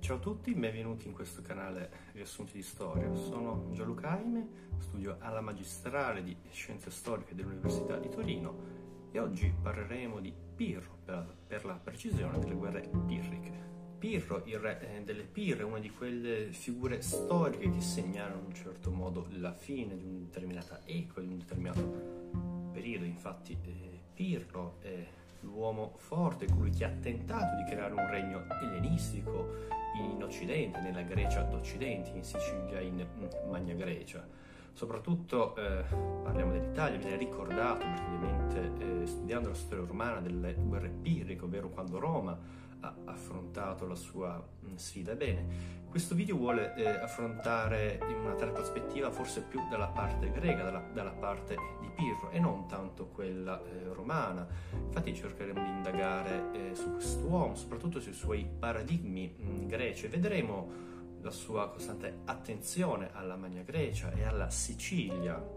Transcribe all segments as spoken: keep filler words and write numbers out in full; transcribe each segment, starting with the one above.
Ciao a tutti, benvenuti in questo canale Riassunti di Storia. Sono Gianluca Aime, studio alla Magistrale di Scienze Storiche dell'Università di Torino e oggi parleremo di Pirro, per, per la precisione delle guerre pirriche. Pirro, il re delle Pirre, è una di quelle figure storiche che segnano in un certo modo la fine di una determinata epoca, di un determinato periodo. Infatti eh, Pirro è l'uomo forte, colui che ha tentato di creare un regno ellenistico in Occidente, nella Grecia d'Occidente, in Sicilia, in Magna Grecia. Soprattutto eh, parliamo dell'Italia, viene ricordato perché ovviamente eh, studiando la storia romana delle guerre pirriche, ovvero quando Roma ha affrontato la sua mh, sfida. Ebbene, questo video vuole eh, affrontare in una tale prospettiva forse più dalla parte greca, dalla, dalla parte di Pirro e non tanto quella eh, romana. Infatti cercheremo di indagare eh, su quest'uomo, soprattutto sui suoi paradigmi mh, greci, e vedremo la sua costante attenzione alla Magna Grecia e alla Sicilia,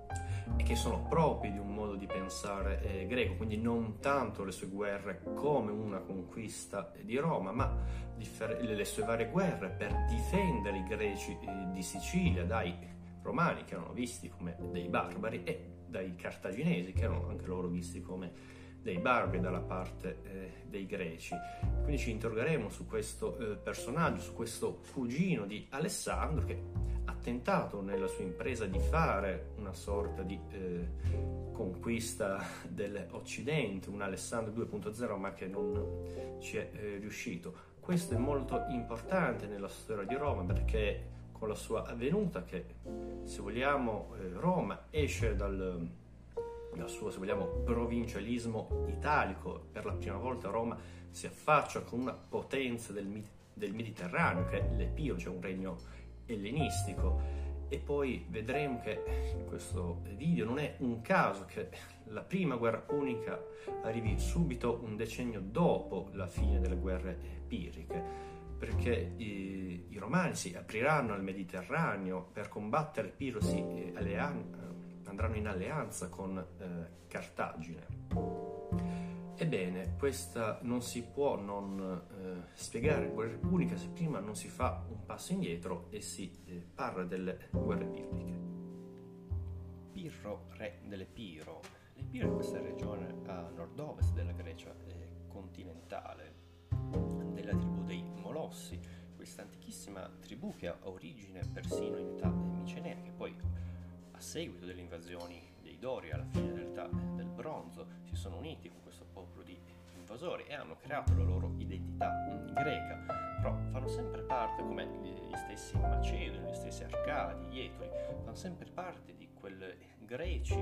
e che sono propri di un modo di pensare eh, greco, quindi non tanto le sue guerre come una conquista di Roma, ma le sue varie guerre per difendere i greci eh, di Sicilia dai romani, che erano visti come dei barbari, e dai cartaginesi, che erano anche loro visti come dei barbari dalla parte eh, dei greci. Quindi ci interrogeremo su questo eh, personaggio, su questo cugino di Alessandro, che ha tentato nella sua impresa di fare una sorta di eh, conquista dell'Occidente, un Alessandro due punto zero, ma che non ci è eh, riuscito. Questo è molto importante nella storia di Roma, perché con la sua avvenuta, che se vogliamo eh, Roma esce dal dal suo, se vogliamo, provincialismo italico. Per la prima volta Roma si affaccia con una potenza del, del Mediterraneo, che è l'Epiro, cioè un regno ellenistico. E poi vedremo che in questo video non è un caso che la prima guerra punica arrivi subito un decennio dopo la fine delle guerre pirriche, perché i, i romani si apriranno al Mediterraneo per combattere Pirro, si eh, alleanno, andranno in alleanza con eh, Cartagine. Ebbene, questa non si può non eh, spiegare guerre puniche se prima non si fa un passo indietro e si eh, parla delle guerre pirriche. Pirro, re dell'Epiro. L'Epiro è questa regione a nord-ovest della Grecia eh, continentale, della tribù dei Molossi, questa antichissima tribù che ha origine persino in età micenea, che poi a seguito delle invasioni dei Dori alla fine dell'età del bronzo si sono uniti con questo popolo di invasori e hanno creato la loro identità greca, però fanno sempre parte, come gli stessi Macedoni, gli stessi Arcadi, gli Etoli, fanno sempre parte di quei greci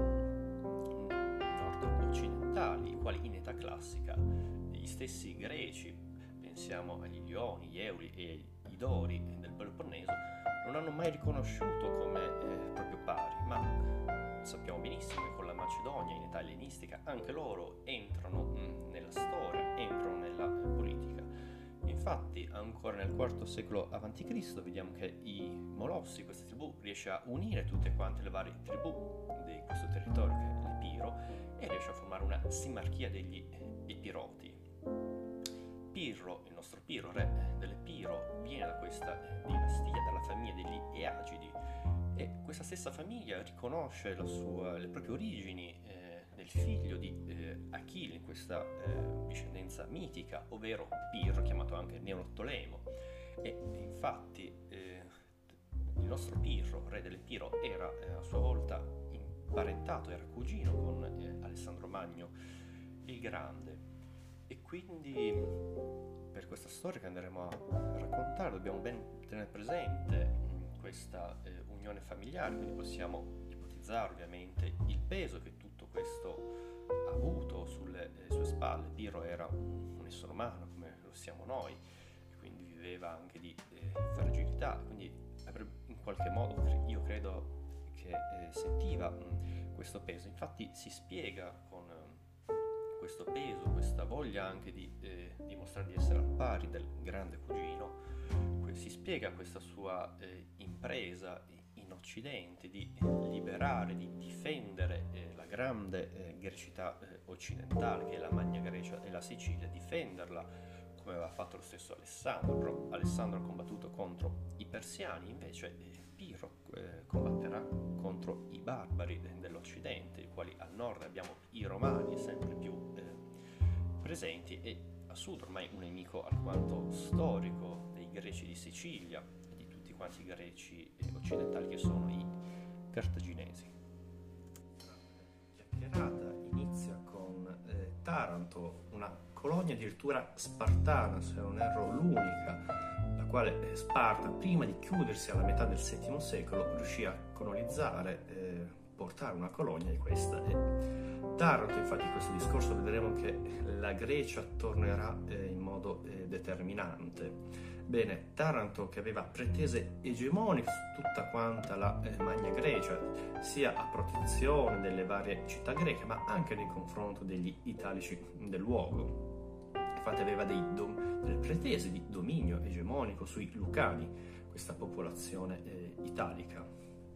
nord-occidentali, i quali in età classica gli stessi greci, pensiamo agli Ilioni, gli Euli e i Dori del Peloponneso, non hanno mai riconosciuto come eh, proprio pari, ma sappiamo benissimo che con la Macedonia in età ellenistica anche loro entrano mh, nella storia, entrano nella eh, politica. Infatti ancora nel quarto secolo avanti Cristo vediamo che i Molossi, questa tribù, riesce a unire tutte quante le varie tribù di questo territorio, che è l'Epiro, e riesce a formare una simarchia degli Epiroti. Pirro, il nostro Pirro, re dell'Epiro, viene da questa dinastia, dalla famiglia degli Eagidi, e questa stessa famiglia riconosce la sua, le proprie origini eh, del figlio di eh, Achille, in questa eh, discendenza mitica, ovvero Pirro, chiamato anche Neottolemo. E infatti eh, il nostro Pirro, re dell'Epiro, era eh, a sua volta imparentato, era cugino con eh, Alessandro Magno il Grande. E quindi per questa storia che andremo a raccontare dobbiamo ben tenere presente questa eh, unione familiare, quindi possiamo ipotizzare ovviamente il peso che tutto questo ha avuto sulle eh, sue spalle. Pirro era un, un essere umano come lo siamo noi, e quindi viveva anche di eh, fragilità, quindi in qualche modo io credo che eh, sentiva mh, questo peso. Infatti si spiega con questo peso, questa voglia anche di eh, dimostrare di essere al pari del grande cugino, si spiega questa sua eh, impresa in Occidente di liberare, di difendere eh, la grande eh, grecità eh, occidentale, che è la Magna Grecia e la Sicilia, difenderla come aveva fatto lo stesso Alessandro. Alessandro ha combattuto contro i persiani, invece eh, Pirro eh, combatterà contro i barbari dell'Occidente, i quali al nord abbiamo i romani sempre più eh, presenti, e a sud ormai un nemico alquanto storico dei greci di Sicilia e di tutti quanti i greci eh, occidentali, che sono i cartaginesi. La chiacchierata inizia con eh, Taranto, una colonia addirittura spartana, se non erro l'unica, la quale eh, Sparta, prima di chiudersi alla metà del settimo secolo, riuscì a colonizzare, eh, portare una colonia di questa. E Taranto, infatti, in questo discorso vedremo che la Grecia tornerà eh, in modo eh, determinante. Bene, Taranto, che aveva pretese egemoniche su tutta quanta la eh, Magna Grecia, sia a protezione delle varie città greche, ma anche nei confronti degli italici del luogo. Infatti aveva dei dom- delle pretese di dominio egemonico sui Lucani, questa popolazione eh, italica.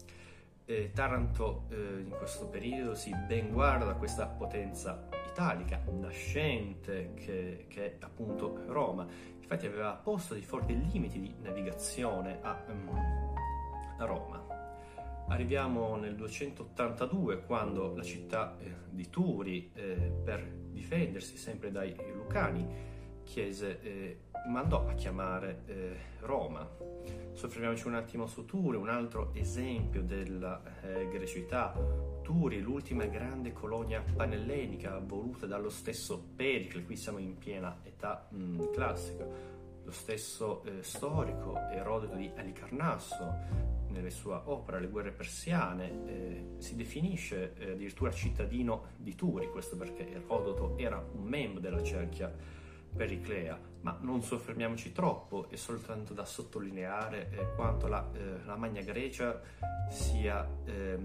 Eh, Taranto eh, in questo periodo si ben guarda da questa potenza italica nascente che, che è appunto Roma. Infatti aveva posto dei forti limiti di navigazione a, um, a Roma. Arriviamo nel duecentottantadue, quando la città eh, di Turi, eh, per difendersi sempre dai Lucani, chiese, eh, mandò a chiamare eh, Roma. Soffermiamoci un attimo su Turi, un altro esempio della eh, grecità. Turi, l'ultima grande colonia panellenica voluta dallo stesso Pericle. Qui siamo in piena età mh, classica. Lo stesso eh, storico Erodoto di Alicarnasso, nelle sue opere Le guerre persiane, eh, si definisce eh, addirittura cittadino di Turi, questo perché Erodoto era un membro della cerchia periclea. Ma non soffermiamoci troppo, è soltanto da sottolineare eh, quanto la, eh, la Magna Grecia sia eh,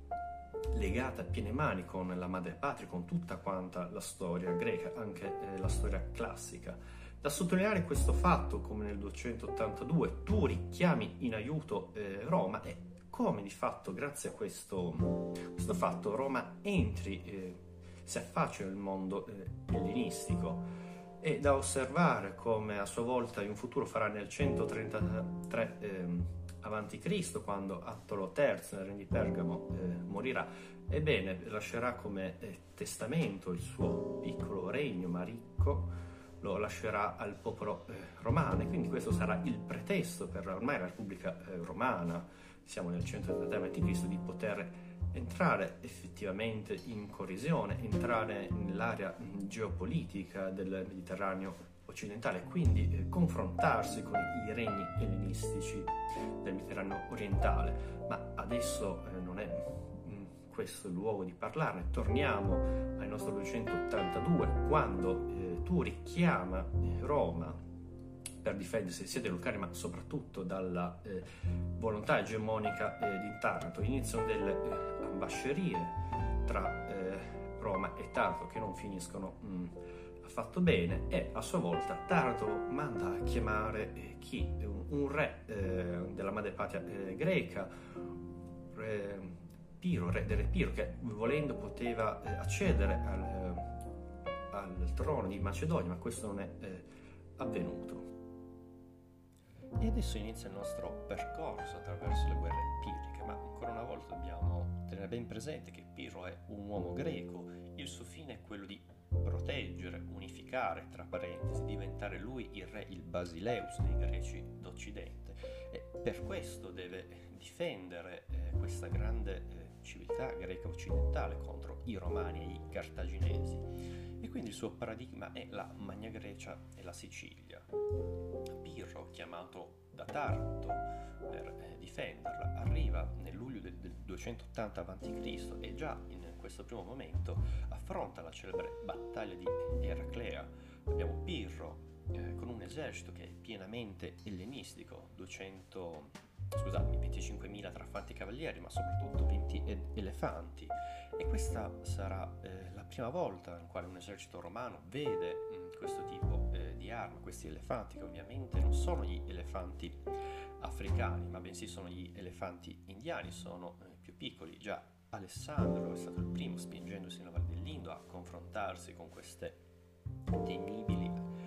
legata a piene mani con la madre patria, con tutta quanta la storia greca, anche eh, la storia classica. Da sottolineare questo fatto, come nel duecentottantadue Turi chiami in aiuto eh, Roma, e come di fatto, grazie a questo, questo fatto, Roma entri, eh, si affaccia nel mondo eh, ellenistico. E da osservare come a sua volta in un futuro farà nel centotrentatré eh, avanti Cristo, quando Attolo terzo, nel regno di Pergamo, eh, morirà. Ebbene, lascerà come eh, testamento il suo piccolo regno, ma ricco, lo lascerà al popolo eh, romano, e quindi questo sarà il pretesto per ormai la Repubblica eh, Romana, siamo nel centotrentatré avanti Cristo, di poter entrare effettivamente in corrosione, entrare nell'area geopolitica del Mediterraneo occidentale, quindi eh, confrontarsi con i regni ellenistici del Mediterraneo orientale. Ma adesso eh, non è mh, questo il luogo di parlarne. Torniamo al nostro duecentottantadue, quando eh, Turi chiama eh, Roma per difendersi sia dai Lucani, ma soprattutto dalla eh, volontà egemonica eh, di Taranto. Iniziano delle eh, ambascerie tra eh, Roma e Taranto che non finiscono mh, affatto bene, e a sua volta Taranto manda a chiamare eh, chi? Un, un re eh, della madrepatria eh, greca, re Piro, re del re Piro, che volendo poteva eh, accedere al, al trono di Macedonia, ma questo non è eh, avvenuto. E adesso inizia il nostro percorso attraverso le guerre piriche, ma ancora una volta dobbiamo tenere ben presente che Pirro è un uomo greco. Il suo fine è quello di proteggere, unificare, tra parentesi, diventare lui il re, il Basileus dei greci d'Occidente, e per questo deve difendere eh, questa grande eh, civiltà greca occidentale contro i romani e i cartaginesi. E quindi il suo paradigma è la Magna Grecia e la Sicilia. Pirro, chiamato da Taranto per eh, difenderla, arriva nel luglio del, del duecentottanta avanti Cristo e già in questo primo momento affronta la celebre battaglia di Eraclea. Abbiamo Pirro eh, con un esercito che è pienamente ellenistico, duecento, scusate, venticinquemila trafanti cavalieri, ma soprattutto venti elefanti. E questa sarà eh, la prima volta in quale un esercito romano vede mh, questo tipo eh, di arma, questi elefanti, che ovviamente non sono gli elefanti africani, ma bensì sono gli elefanti indiani, sono eh, più piccoli. Già Alessandro è stato il primo, spingendosi nella Valle dell'Indo, a confrontarsi con queste temibili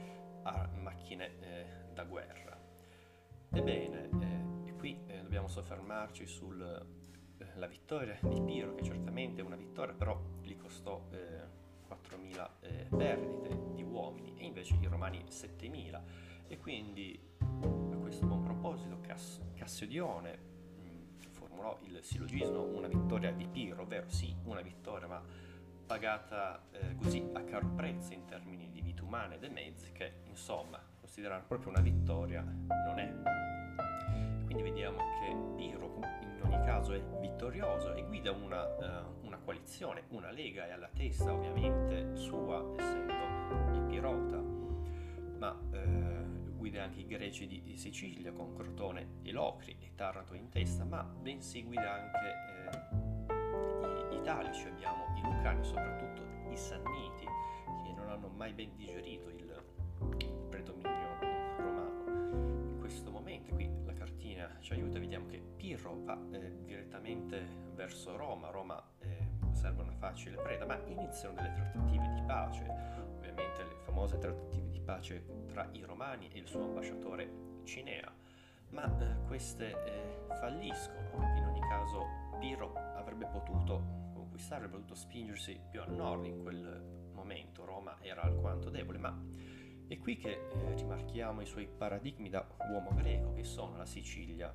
a macchine eh, da guerra. Ebbene, eh, e qui eh, dobbiamo soffermarci sulla eh, vittoria di Pirro, che certamente è una vittoria, però gli costò eh, quattromila eh, perdite di uomini e invece i romani settemila, e quindi a questo buon proposito Cass- Cassiodione mh, formulò il sillogismo una vittoria di Pirro, ovvero sì, una vittoria ma pagata eh, così a caro prezzo in termini di vite umane e dei mezzi, che insomma considerare proprio una vittoria non è. Quindi vediamo che Pirro in ogni caso è vittorioso e guida una, uh, una coalizione, una lega, e alla testa ovviamente sua, essendo il Pirota, ma uh, guida anche i greci di, di Sicilia con Crotone e Locri e Taranto in testa, ma bensì guida anche uh, gli italici, abbiamo i lucani, soprattutto i sanniti, che non hanno mai ben digerito il predominio romano. In questo momento qui la cartina ci aiuta, vediamo che Pirro va eh, direttamente verso Roma. Roma eh, serve una facile preda, ma iniziano delle trattative di pace, ovviamente le famose trattative di pace tra i romani e il suo ambasciatore Cinea, ma eh, queste eh, falliscono. In ogni caso Pirro avrebbe potuto conquistare, avrebbe potuto spingersi più a nord in quel momento. Roma era alquanto debole, ma è qui che eh, rimarchiamo i suoi paradigmi da uomo greco, che sono la Sicilia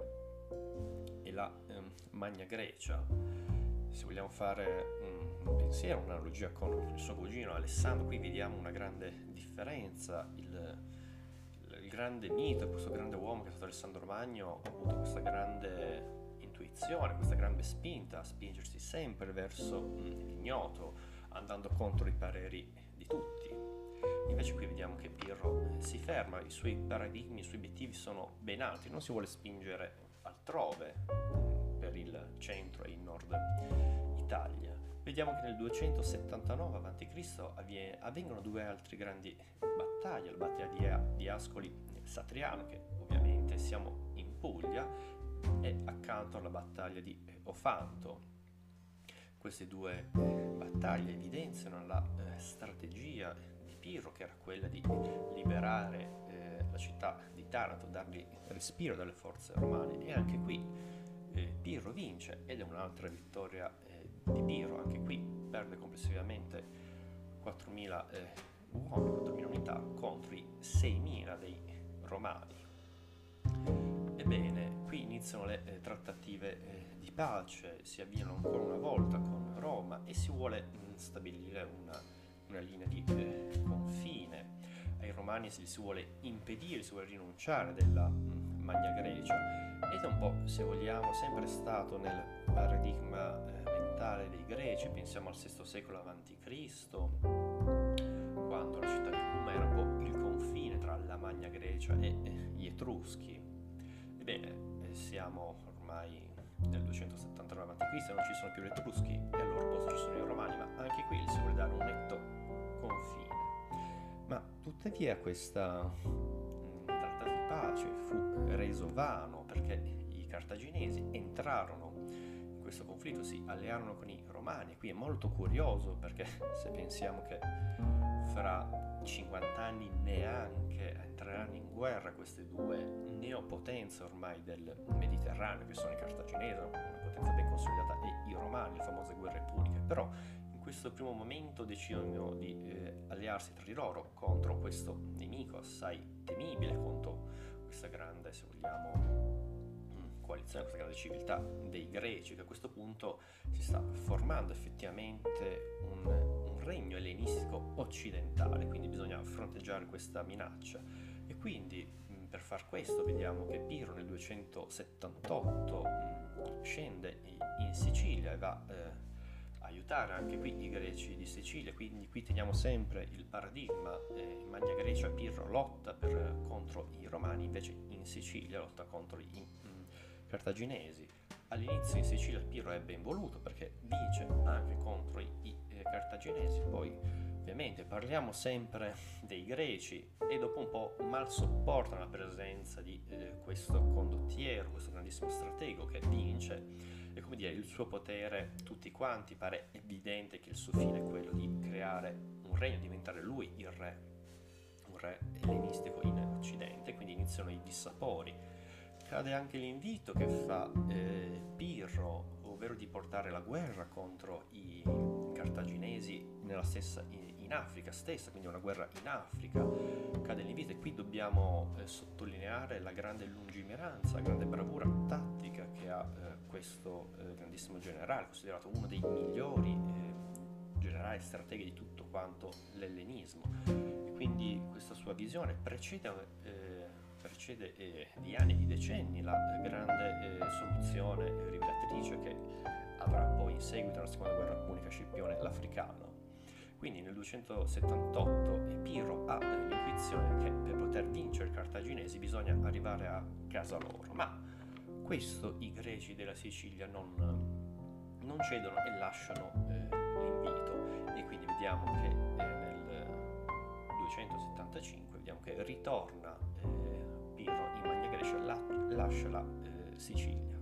e la ehm, Magna Grecia. Se vogliamo fare un, un pensiero, un'analogia con il suo cugino Alessandro, qui vediamo una grande differenza. Il, il, il grande mito, questo grande uomo che è stato Alessandro Magno, ha avuto questa grande intuizione, questa grande spinta a spingersi sempre verso mm, l'ignoto, andando contro i pareri di tutti. Invece qui vediamo che Pirro si ferma, i suoi paradigmi, i suoi obiettivi sono ben altri, non si vuole spingere altrove per il centro e il nord Italia. Vediamo che nel duecentosettantanove avanti Cristo avvengono due altre grandi battaglie, la battaglia di Ascoli Satriano, che ovviamente siamo in Puglia, e accanto alla battaglia di Ofanto. Queste due battaglie evidenziano la eh, strategia di Pirro, che era quella di liberare eh, la città di Taranto, dargli respiro dalle forze romane, e anche qui eh, Pirro vince, ed è un'altra vittoria eh, di Pirro. Anche qui perde complessivamente quattromila eh, uomini, quattromila unità contro i seimila dei romani. Ebbene, qui iniziano le eh, trattative eh, di pace, si avviano ancora una volta con Roma e si vuole mh, stabilire una, una linea di eh, confine. Ai romani si, si vuole impedire, si vuole rinunciare della mh, Magna Grecia, ed è un po', se vogliamo, sempre stato nel paradigma eh, mentale dei greci. Pensiamo al sesto secolo avanti Cristo, quando la città di Cuma era un po' il confine tra la Magna Grecia e eh, gli Etruschi. Ebbene, eh, siamo ormai nel duecentosettantanove avanti Cristo, non ci sono più gli Etruschi e al loro posto ci sono i Romani, ma anche qui si vuole dare un netto confine. Ma tuttavia questa mh, trattato di pace fu reso vano, perché i cartaginesi entrarono in questo conflitto, si allearono con i Romani. Qui è molto curioso, perché se pensiamo che fra cinquanta anni neanche entreranno in guerra queste due neopotenze ormai del Mediterraneo, che sono i cartaginesi, una potenza ben consolidata, e i romani, le famose guerre puniche, però in questo primo momento decidono di eh, allearsi tra di loro contro questo nemico assai temibile, contro questa grande, se vogliamo, coalizione, questa grande civiltà dei greci, che a questo punto si sta formando effettivamente un, un regno ellenistico occidentale, quindi bisogna fronteggiare questa minaccia. E quindi mh, per far questo vediamo che Pirro nel duecentosettantotto mh, scende in Sicilia e va eh, a aiutare anche qui i greci di Sicilia. Quindi qui teniamo sempre il paradigma eh, in Magna Grecia Pirro lotta per, contro i romani, invece in Sicilia lotta contro i mh, cartaginesi. All'inizio in Sicilia Pirro è ben voluto perché vince anche contro i, i eh, cartaginesi, poi ovviamente parliamo sempre dei greci, e dopo un po' mal sopportano la presenza di eh, questo condottiero, questo grandissimo stratego che vince, e come dire, il suo potere, tutti quanti pare evidente che il suo fine è quello di creare un regno, diventare lui il re, un favore ellenistico in Occidente, quindi iniziano i dissapori. Cade anche l'invito che fa eh, Pirro, ovvero di portare la guerra contro i cartaginesi nella stessa, in, in Africa stessa, quindi una guerra in Africa. Cade l'invito, e qui dobbiamo eh, sottolineare la grande lungimiranza, la grande bravura tattica che ha eh, questo eh, grandissimo generale, considerato uno dei migliori eh, generali strateghi di tutto quanto l'ellenismo. E quindi questa sua visione precede, eh, precede eh, di anni, di decenni, la eh, grande eh, soluzione rivelatrice che avrà poi in seguito alla seconda guerra punica Scipione l'Africano. Quindi nel duecentosettantotto Pirro ha eh, l'intuizione che per poter vincere i cartaginesi bisogna arrivare a casa loro, ma questo i greci della Sicilia non, non cedono e lasciano eh, l'invito, e quindi vediamo che eh, nel duecentosettantacinque vediamo che ritorna eh, Pirro in Magna Grecia, la, lascia la eh, Sicilia.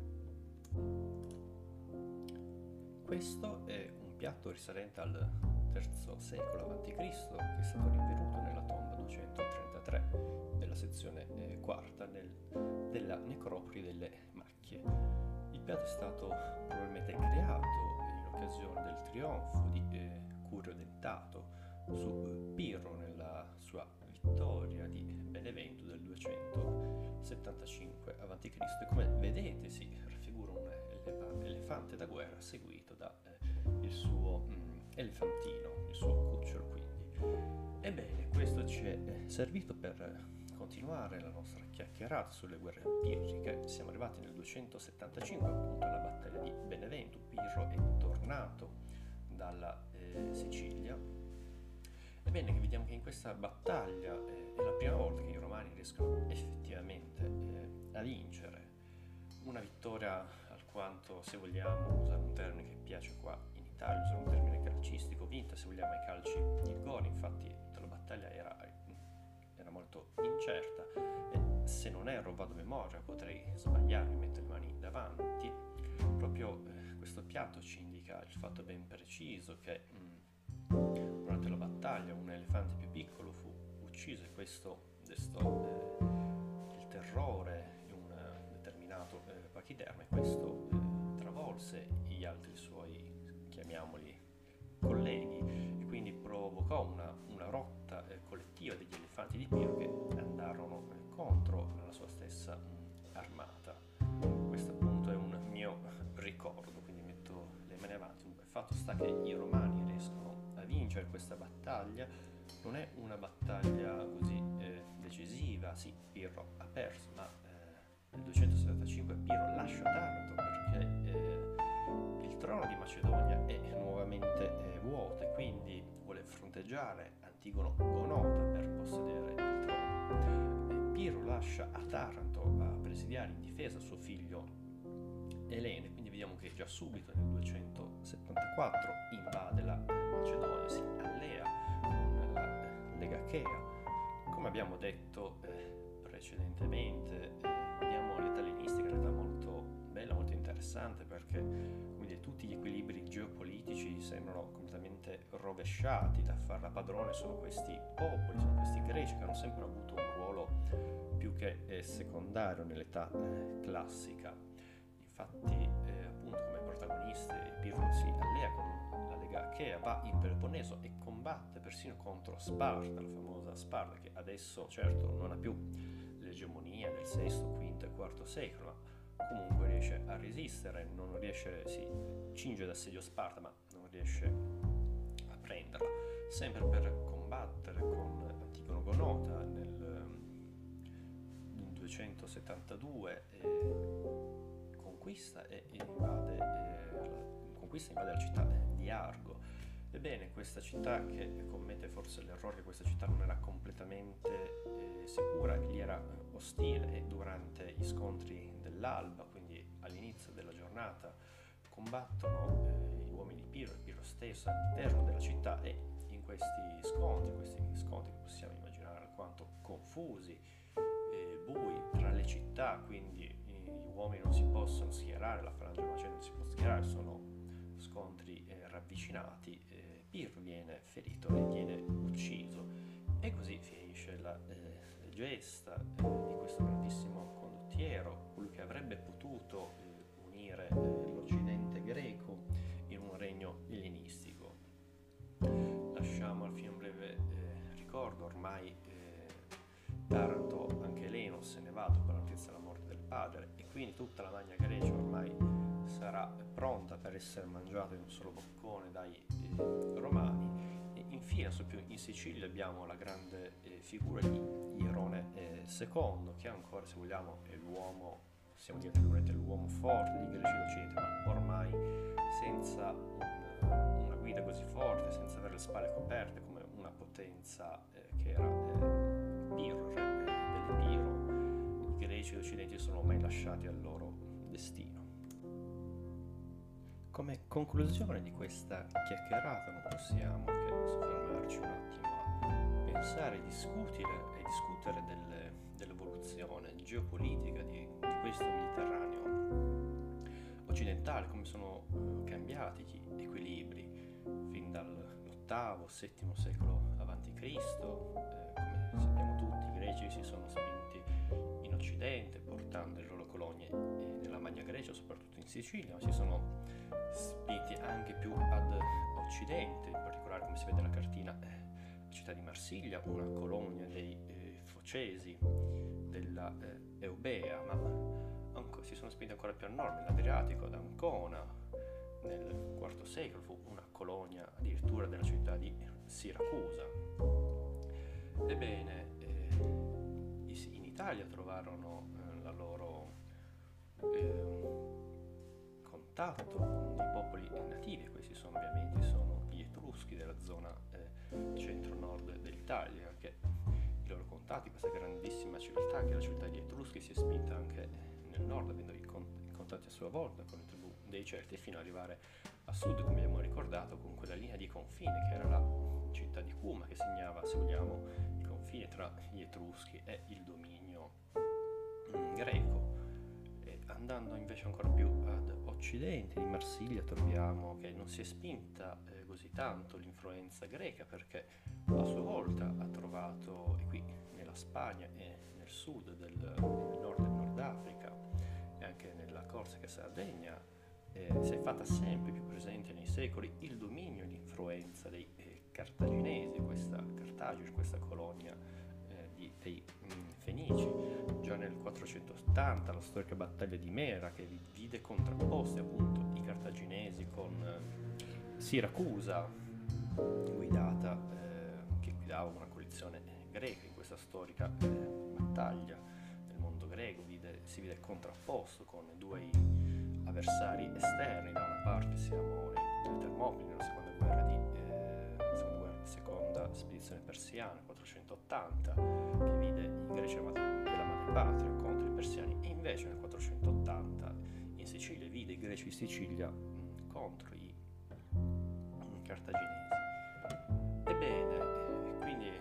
Questo è un piatto risalente al terzo secolo avanti Cristo, che è stato rinvenuto nella tomba duecentotrentatré della sezione eh, quarta nel, della necropoli delle Macchie. Il piatto è stato probabilmente creato in occasione del trionfo di eh, Curio Dentato su eh, Pirro nella sua vittoria di Benevento del duecentosettantacinque avanti Cristo, e come vedete si raffigura un eleva- elefante da guerra seguito da eh, il suo mh, elefantino, il suo cucciolo. Quindi ebbene, questo ci è servito per continuare la nostra chiacchierata sulle guerre pirriche. Siamo arrivati nel duecentosettantacinque, appunto alla battaglia di Benevento. Pirro è tornato dalla eh, Sicilia. Ebbene, vediamo che in questa battaglia eh, è la prima volta che i romani riescono effettivamente eh, a vincere. Una vittoria alquanto, se vogliamo usare un termine che piace qua in Italia, usare un termine calcistico, vinta se vogliamo ai calci il gol. Infatti tutta la battaglia era, era molto incerta, e se non erro, vado a memoria, potrei sbagliarmi, mettere le mani davanti. Proprio eh, questo piatto ci indica il fatto ben preciso che mh, durante la battaglia un elefante più piccolo fu ucciso, e questo destò eh, il terrore in un determinato eh, pachiderma, e questo eh, travolse gli altri suoi, chiamiamoli, colleghi, e quindi provocò una, una rotta eh, collettiva degli elefanti di Pirro che andarono eh, contro la sua stessa mh, armata. Questo appunto è un mio ricordo, quindi metto le mani avanti. Il fatto sta che i romani riescono a vincere questa battaglia. Non è una battaglia così eh, decisiva, sì, Pirro ha perso, ma eh, nel duecentosettantacinque Pirro lascia Taranto perché eh, il trono di Macedonia è nuovamente eh, vuoto, e quindi vuole fronteggiare Antigono Gonota per possedere il trono. E Pirro lascia a Taranto a presidiare in difesa suo figlio Elene, quindi vediamo che già subito nel duecentosettantaquattro invade la Macedonia, si allea con la Lega Achea. Come abbiamo detto eh, precedentemente, eh, vediamo l'età ellenistica, un'età molto bella, molto interessante, perché come dire, tutti gli equilibri geopolitici sembrano completamente rovesciati. Da farla padrone sono questi popoli, sono questi greci che hanno sempre avuto un ruolo più che eh, secondario nell'età eh, classica. Infatti eh, appunto come protagonisti Pirro si allea con la Lega Achea, va in Peloponneso e combatte persino contro Sparta, la famosa Sparta, che adesso certo non ha più l'egemonia del sesto, quinto e quarto secolo, ma comunque riesce a resistere, non riesce, si cinge d'assedio Sparta, ma non riesce a prenderla, sempre per combattere con Antigono Gonota nel, nel duecentosettantadue. Eh, conquista e invade, eh, conquista e invade la città di Argo. Ebbene, questa città, che commette forse l'errore che questa città non era completamente eh, sicura, che gli era ostile, e durante gli scontri dell'alba, quindi all'inizio della giornata, combattono eh, gli uomini di Pirro e Pirro stesso all'interno della città, e in questi scontri, questi scontri che possiamo immaginare alquanto confusi, eh, bui tra le città, quindi gli uomini non si possono schierare, la falange macedone non si può schierare, sono scontri eh, ravvicinati, eh, Pirro viene ferito e viene ucciso, e E così finisce la eh, gesta eh, di questo grandissimo condottiero, colui che avrebbe potuto eh, unire eh, l'Occidente greco in un regno ellenistico. Lasciamo al fine un breve eh, ricordo, ormai eh, Taranto, anche Eleno se n'è vato con la notizia della morte del padre, e quindi tutta la Magna Grecia ormai sarà pronta per essere mangiata in un solo boccone dai eh, romani. E infine, più in Sicilia abbiamo la grande eh, figura di Ierone eh, secondo, che ancora, se vogliamo, è l'uomo, possiamo dire tra l'uomo forte di Greci d'Occidente, ma ormai senza un, una guida così forte, senza avere le spalle coperte come una potenza eh, che era eh, Pirro, re eh, dell'Epiro. I Greci d'Occidente sono ormai lasciati al loro destino. Come conclusione di questa chiacchierata non possiamo che soffermarci un attimo a pensare, discutere e discutere delle, dell'evoluzione geopolitica di, di questo Mediterraneo occidentale, come sono uh, cambiati gli equilibri fin dall'ottavo, settimo secolo avanti Cristo. Eh, come sappiamo tutti, i greci si sono spinti in Occidente portando le loro colonie eh, nella Magna Grecia, soprattutto in Sicilia, ma si sono spinti anche più ad occidente, in particolare, come si vede nella cartina, eh, la città di Marsiglia, una colonia dei eh, Focesi della eh, Eubea, ma anche, si sono spinti ancora più a nord, nell'Adriatico, ad Ancona. Nel quarto secolo fu una colonia addirittura della città di Siracusa. Ebbene, eh, in Italia trovarono eh, la loro eh, contatto con i popoli nativi, e questi sono ovviamente sono gli Etruschi della zona eh, centro-nord dell'Italia, che i loro contatti, questa grandissima civiltà che è la civiltà degli Etruschi, si è spinta anche nel nord, avendo i contatti a sua volta con le tribù dei Celti, fino ad arrivare a sud, come abbiamo ricordato, con quella linea di confine che era la città di Cuma, che segnava, se vogliamo, il confine tra gli Etruschi e il dominio mm, greco. E andando invece ancora più ad occidente di Marsiglia troviamo che non si è spinta eh, così tanto l'influenza greca, perché a sua volta ha trovato, e qui nella Spagna e nel sud del, del nord del Nord Africa e anche nella Corsica e Sardegna, eh, si è fatta sempre più presente nei secoli il dominio e l'influenza dei eh, cartaginesi, questa Cartagine, questa colonia eh, di, dei mh, Fenici. Già nel quattrocentottanta la storica battaglia di Mera, che vide contrapposti appunto i cartaginesi con eh, Siracusa, guidata, eh, che guidava una coalizione greca. In questa storica eh, battaglia nel mondo greco vide, si vide contrapposto con due avversari esterni. Da una parte siamo le Termopili nella seconda guerra di eh, seconda, guerra, seconda spedizione persiana quattrocentottanta, che vide i greci della madrepatria contro i persiani, e invece nel quattrocentottanta in Sicilia vide i greci di Sicilia mh, contro i mh, cartaginesi. Ebbene, eh, quindi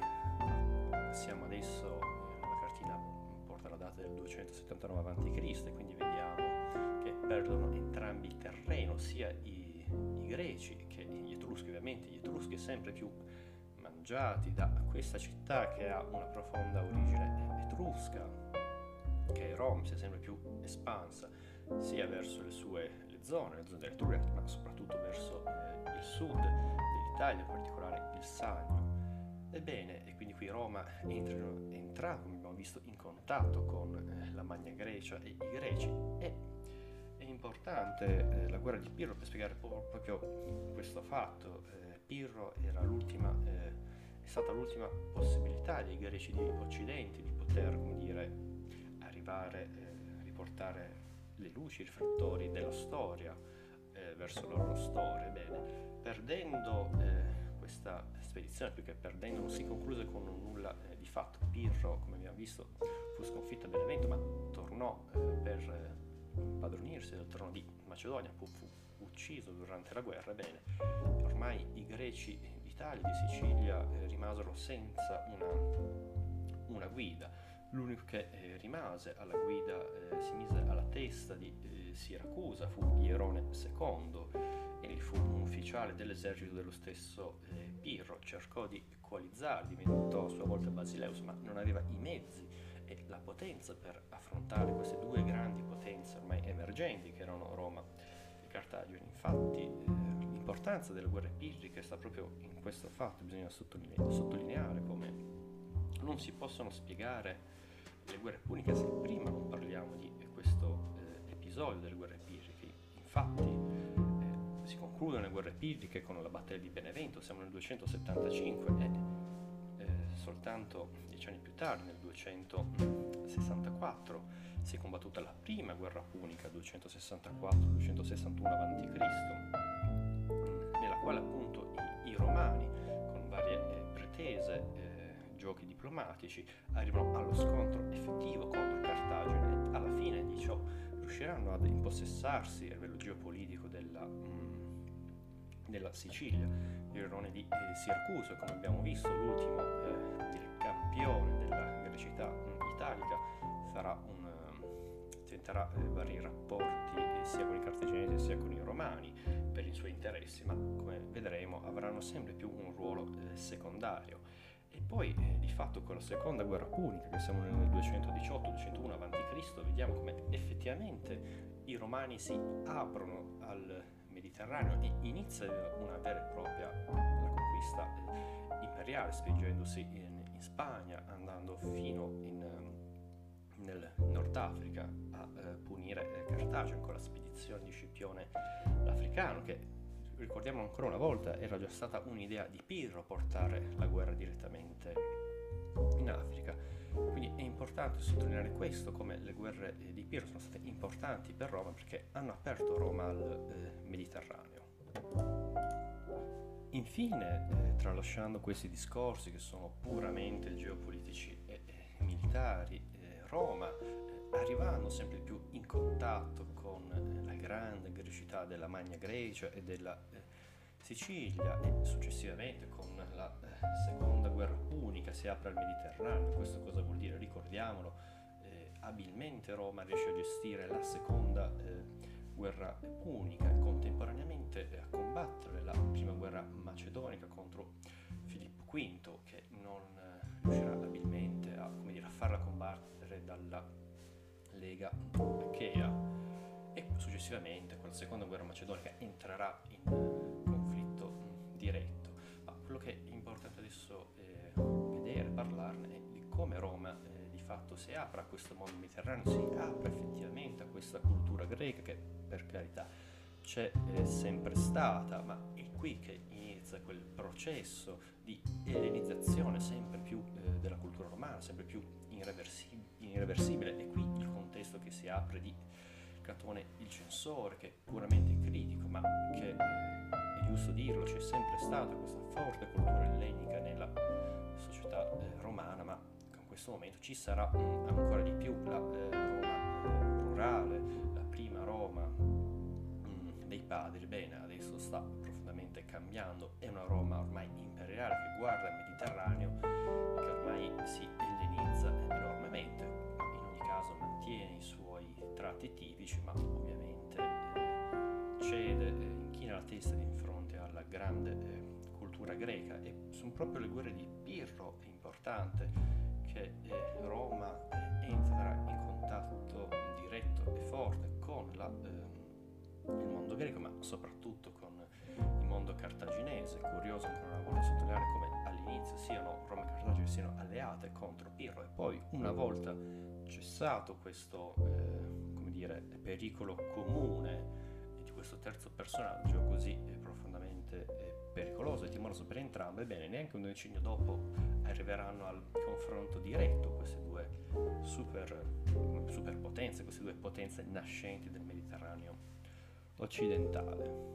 siamo adesso, eh, la cartina porta la data del duecentosettantanove avanti Cristo, e quindi vediamo che perdono entrambi il terreno, sia i, i greci che gli etruschi. Ovviamente gli etruschi sempre più mangiati da questa città che ha una profonda origine etrusca, che Roma si è sempre più espansa sia verso le sue le zone, le zone dell'Etruria, ma soprattutto verso eh, il sud dell'Italia, in particolare il Sannio. Ebbene, e quindi qui Roma entrano, entra, come abbiamo visto, in contatto con eh, la Magna Grecia e i greci. E è importante eh, la guerra di Pirro per spiegare proprio questo fatto. Eh, Pirro era l'ultima, eh, è stata l'ultima possibilità dei greci di Occidente di poter, come dire, arrivare, eh, riportare le luci, i riflettori della storia eh, verso la loro storia. Bene, perdendo eh, questa spedizione, più che perdendo, non si concluse con un nulla eh, di fatto. Pirro, come abbiamo visto, fu sconfitto a Benevento, ma tornò eh, per eh, impadronirsi del trono di Macedonia, fu, fu ucciso durante la guerra. Bene, ormai i greci d'Italia, di Sicilia, eh, rimasero senza una, una guida. L'unico che eh, rimase alla guida, eh, si mise alla testa di eh, Siracusa, fu Ierone secondo, e fu un ufficiale ufficiale dell'esercito dello stesso eh, Pirro, cercò di coalizzare, diventò a sua volta Basileus, ma non aveva i mezzi e la potenza per affrontare queste due grandi potenze ormai emergenti che erano Roma e Cartagine. Infatti eh, l'importanza delle guerre pirriche sta proprio in questo fatto. Bisogna sottoline- sottolineare come non si possono spiegare le guerre puniche se prima non parliamo di questo eh, episodio delle guerre pirriche. Infatti eh, si concludono le guerre pirriche con la battaglia di Benevento, siamo nel duecentosettantacinque e eh, soltanto dieci anni più tardi, nel duecentosessantaquattro, si è combattuta la prima guerra punica, duecentosessantaquattro duecentosessantuno avanti Cristo, nella quale appunto i, i romani, con varie eh, pretese, eh, giochi diplomatici, arrivano allo scontro effettivo contro Cartagine e alla fine di ciò riusciranno ad impossessarsi a livello geopolitico della, mh, della Sicilia. Il Rione di eh, Siracusa, come abbiamo visto, l'ultimo eh, dire, campione della grecità mh, italica, farà un, uh, tenterà eh, vari rapporti eh, sia con i cartaginesi sia con i romani per i suoi interessi, ma come vedremo avranno sempre più un ruolo eh, secondario. E poi eh, di fatto con la seconda guerra punica, che siamo nel duecentodiciotto duecentouno avanti Cristo, vediamo come effettivamente i romani si aprono al Mediterraneo e inizia una vera e propria la conquista eh, imperiale, spingendosi in, in Spagna, andando fino in, um, nel Nord Africa a eh, punire eh, Cartagine con la spedizione di Scipione l'Africano, che ricordiamo ancora una volta era già stata un'idea di Pirro portare la guerra direttamente in Africa. Quindi è importante sottolineare questo, come le guerre di Pirro sono state importanti per Roma perché hanno aperto Roma al eh, Mediterraneo. Infine, eh, tralasciando questi discorsi che sono puramente geopolitici e, e militari, eh, Roma, eh, arrivando sempre più in contatto con eh, la grande grecità della Magna Grecia e della eh, Sicilia, e successivamente con la eh, seconda guerra punica si apre al Mediterraneo. Questo cosa vuol dire? Ricordiamolo, eh, abilmente Roma riesce a gestire la seconda eh, guerra punica e contemporaneamente eh, a combattere la prima guerra macedonica contro Filippo quinto, che non eh, riuscirà abilmente a, come dire, a farla combattere dalla Lega Achea, e successivamente con la seconda guerra macedonica entrerà in uh, conflitto mh, diretto. Ma quello che è importante adesso eh, vedere, parlarne, è di come Roma eh, di fatto si apre a questo mondo mediterraneo, si apre effettivamente a questa cultura greca che per carità c'è eh, sempre stata, ma è qui che inizia quel processo di ellenizzazione sempre più eh, della cultura romana, sempre più irreversibile, irreversibile, e qui il contesto che si apre di Catone il censore, che è puramente critico, ma che, eh, è giusto dirlo, c'è sempre stata questa forte cultura ellenica nella società eh, romana, ma in questo momento ci sarà mh, ancora di più la eh, Roma eh, rurale, la prima Roma mh, dei padri. Bene, adesso sta profondamente cambiando, è una Roma ormai imperiale che guarda il Mediterraneo, che ormai si ellenizza enormemente, ma in ogni caso mantiene i suoi tratti tipici, ma ovviamente eh, cede, eh, inchina la testa di fronte alla grande eh, cultura greca. E sono proprio le guerre di Pirro, è importante che eh, Roma eh, entra in contatto diretto e forte con la, eh, il mondo greco, ma soprattutto con il mondo cartaginese. È curioso ancora una volta sottolineare come all'inizio siano Roma e Cartagine siano alleate contro Pirro, e poi una volta cessato questo eh, come dire, pericolo comune di questo terzo personaggio così eh, profondamente eh, pericoloso e timoroso per entrambe, bene, neanche un decennio dopo arriveranno al confronto diretto queste due super, superpotenze, queste due potenze nascenti del Mediterraneo occidentale.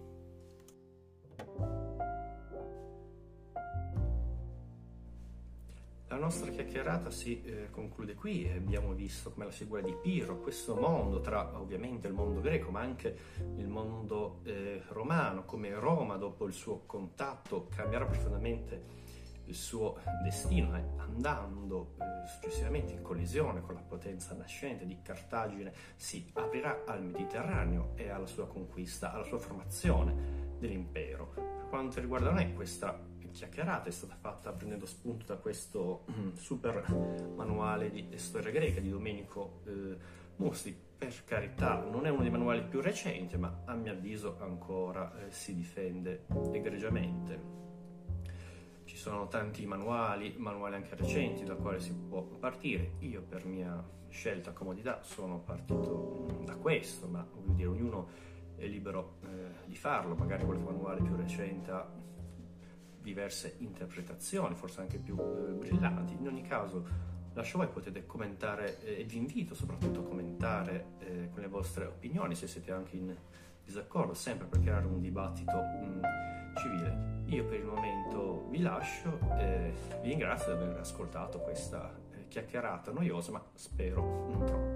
La nostra chiacchierata si eh, conclude qui. Abbiamo visto come la figura di Pirro, questo mondo tra ovviamente il mondo greco ma anche il mondo eh, romano, come Roma dopo il suo contatto cambierà profondamente il suo destino, eh, andando eh, successivamente in collisione con la potenza nascente di Cartagine, si aprirà al Mediterraneo e alla sua conquista, alla sua formazione dell'impero. Per quanto riguarda me, questa chiacchierata è stata fatta prendendo spunto da questo super manuale di storia greca di Domenico eh, Musti. Per carità, non è uno dei manuali più recenti, ma a mio avviso ancora eh, si difende egregiamente. Ci sono tanti manuali, manuali anche recenti, da quale si può partire. Io, per mia scelta comodità, sono partito da questo, ma voglio dire, ognuno è libero eh, di farlo. Magari qualche manuale più recente ha diverse interpretazioni, forse anche più eh, brillanti. In ogni caso, lascio voi, potete commentare eh, e vi invito soprattutto a commentare eh, con le vostre opinioni, se siete anche in disaccordo, sempre per creare un dibattito mh, civile. Io per il momento vi lascio e vi ringrazio di aver ascoltato questa eh, chiacchierata noiosa, ma spero non troppo.